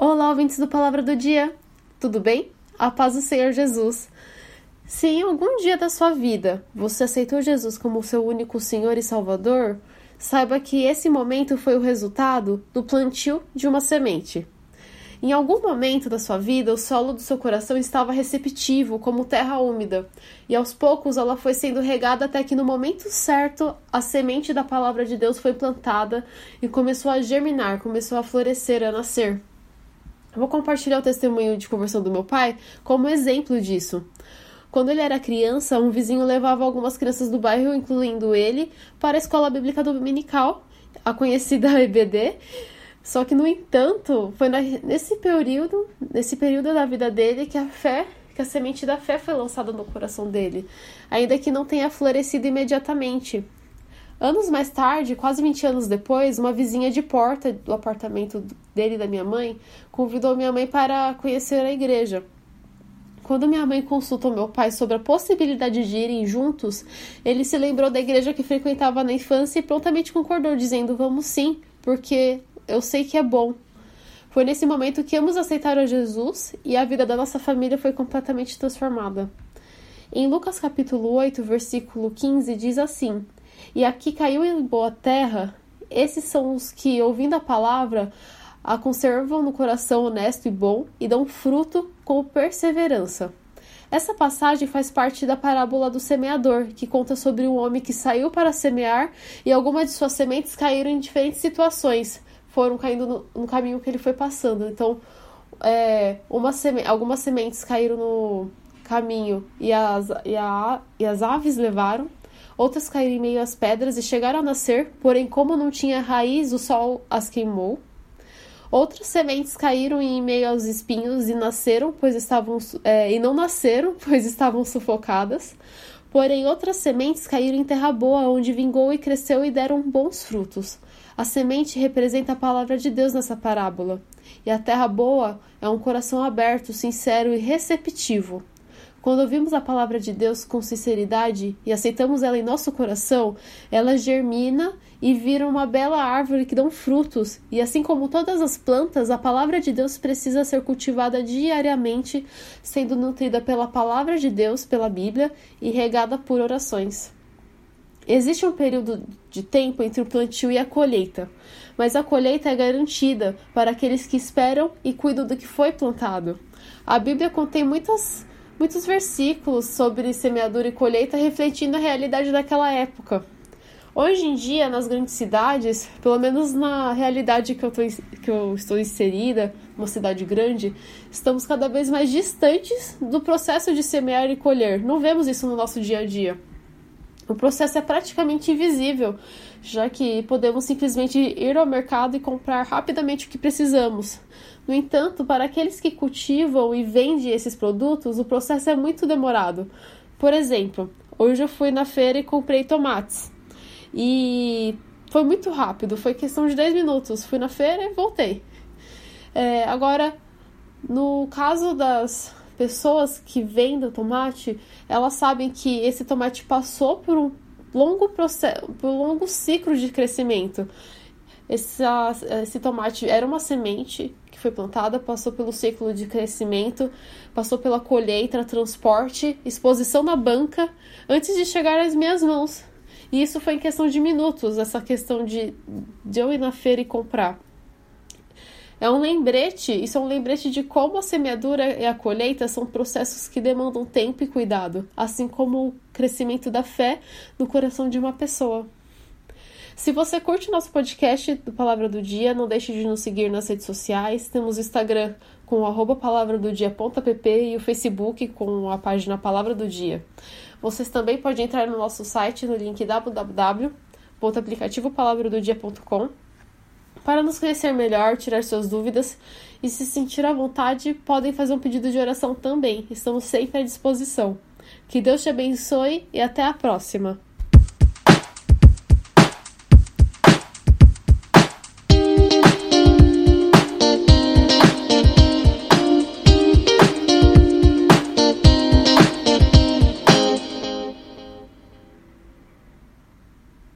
Olá, ouvintes do Palavra do Dia! Tudo bem? A paz do Senhor Jesus! Se em algum dia da sua vida você aceitou Jesus como seu único Senhor e Salvador, saiba que esse momento foi o resultado do plantio de uma semente. Em algum momento da sua vida, o solo do seu coração estava receptivo, como terra úmida, e aos poucos ela foi sendo regada até que no momento certo a semente da palavra de Deus foi plantada e começou a germinar, começou a florescer, a nascer. Eu vou compartilhar o testemunho de conversão do meu pai como exemplo disso. Quando ele era criança, um vizinho levava algumas crianças do bairro, incluindo ele, para a escola bíblica dominical, a conhecida EBD. Só que, no entanto, foi nesse período da vida dele que a semente da fé foi lançada no coração dele, ainda que não tenha florescido imediatamente. Anos mais tarde, quase 20 anos depois, uma vizinha de porta do apartamento dele e da minha mãe convidou minha mãe para conhecer a igreja. Quando minha mãe consultou meu pai sobre a possibilidade de irem juntos, ele se lembrou da igreja que frequentava na infância e prontamente concordou, dizendo: "Vamos sim, porque eu sei que é bom." Foi nesse momento que ambos aceitaram a Jesus e a vida da nossa família foi completamente transformada. Em Lucas capítulo 8, versículo 15, diz assim: "E aqui caiu em boa terra, esses são os que, ouvindo a palavra, a conservam no coração honesto e bom e dão fruto com perseverança." Essa passagem faz parte da parábola do semeador, que conta sobre um homem que saiu para semear e algumas de suas sementes caíram em diferentes situações, foram caindo no caminho que ele foi passando. Então, algumas sementes caíram no caminho e as aves levaram. Outras caíram em meio às pedras e chegaram a nascer, porém, como não tinha raiz, o sol as queimou. Outras sementes caíram em meio aos espinhos e não nasceram, pois estavam sufocadas. Porém, outras sementes caíram em terra boa, onde vingou e cresceu e deram bons frutos. A semente representa a palavra de Deus nessa parábola. E a terra boa é um coração aberto, sincero e receptivo. Quando ouvimos a palavra de Deus com sinceridade e aceitamos ela em nosso coração, ela germina e vira uma bela árvore que dá frutos. E assim como todas as plantas, a palavra de Deus precisa ser cultivada diariamente, sendo nutrida pela palavra de Deus, pela Bíblia, e regada por orações. Existe um período de tempo entre o plantio e a colheita, mas a colheita é garantida para aqueles que esperam e cuidam do que foi plantado. A Bíblia contém muitos versículos sobre semeadura e colheita, refletindo a realidade daquela época. Hoje em dia, nas grandes cidades, pelo menos na realidade que eu estou inserida, uma cidade grande, estamos cada vez mais distantes do processo de semear e colher. Não vemos isso no nosso dia a dia. O processo é praticamente invisível, já que podemos simplesmente ir ao mercado e comprar rapidamente o que precisamos. No entanto, para aqueles que cultivam e vendem esses produtos, o processo é muito demorado. Por exemplo, hoje eu fui na feira e comprei tomates. E foi muito rápido, foi questão de 10 minutos. Fui na feira e voltei. Agora, no caso das pessoas que vendem tomate, elas sabem que esse tomate passou por um longo ciclo de crescimento. Esse tomate era uma semente que foi plantada, passou pelo ciclo de crescimento, passou pela colheita, transporte, exposição na banca, antes de chegar às minhas mãos. E isso foi em questão de minutos, essa questão de eu ir na feira e comprar. Isso é um lembrete de como a semeadura e a colheita são processos que demandam tempo e cuidado, assim como o crescimento da fé no coração de uma pessoa. Se você curte nosso podcast do Palavra do Dia, não deixe de nos seguir nas redes sociais. Temos o Instagram com @palavradodia.app e o Facebook com a página Palavra do Dia. Vocês também podem entrar no nosso site no link www.aplicativopalavradodia.com para nos conhecer melhor, tirar suas dúvidas e, se sentir à vontade, podem fazer um pedido de oração também. Estamos sempre à disposição. Que Deus te abençoe e até a próxima!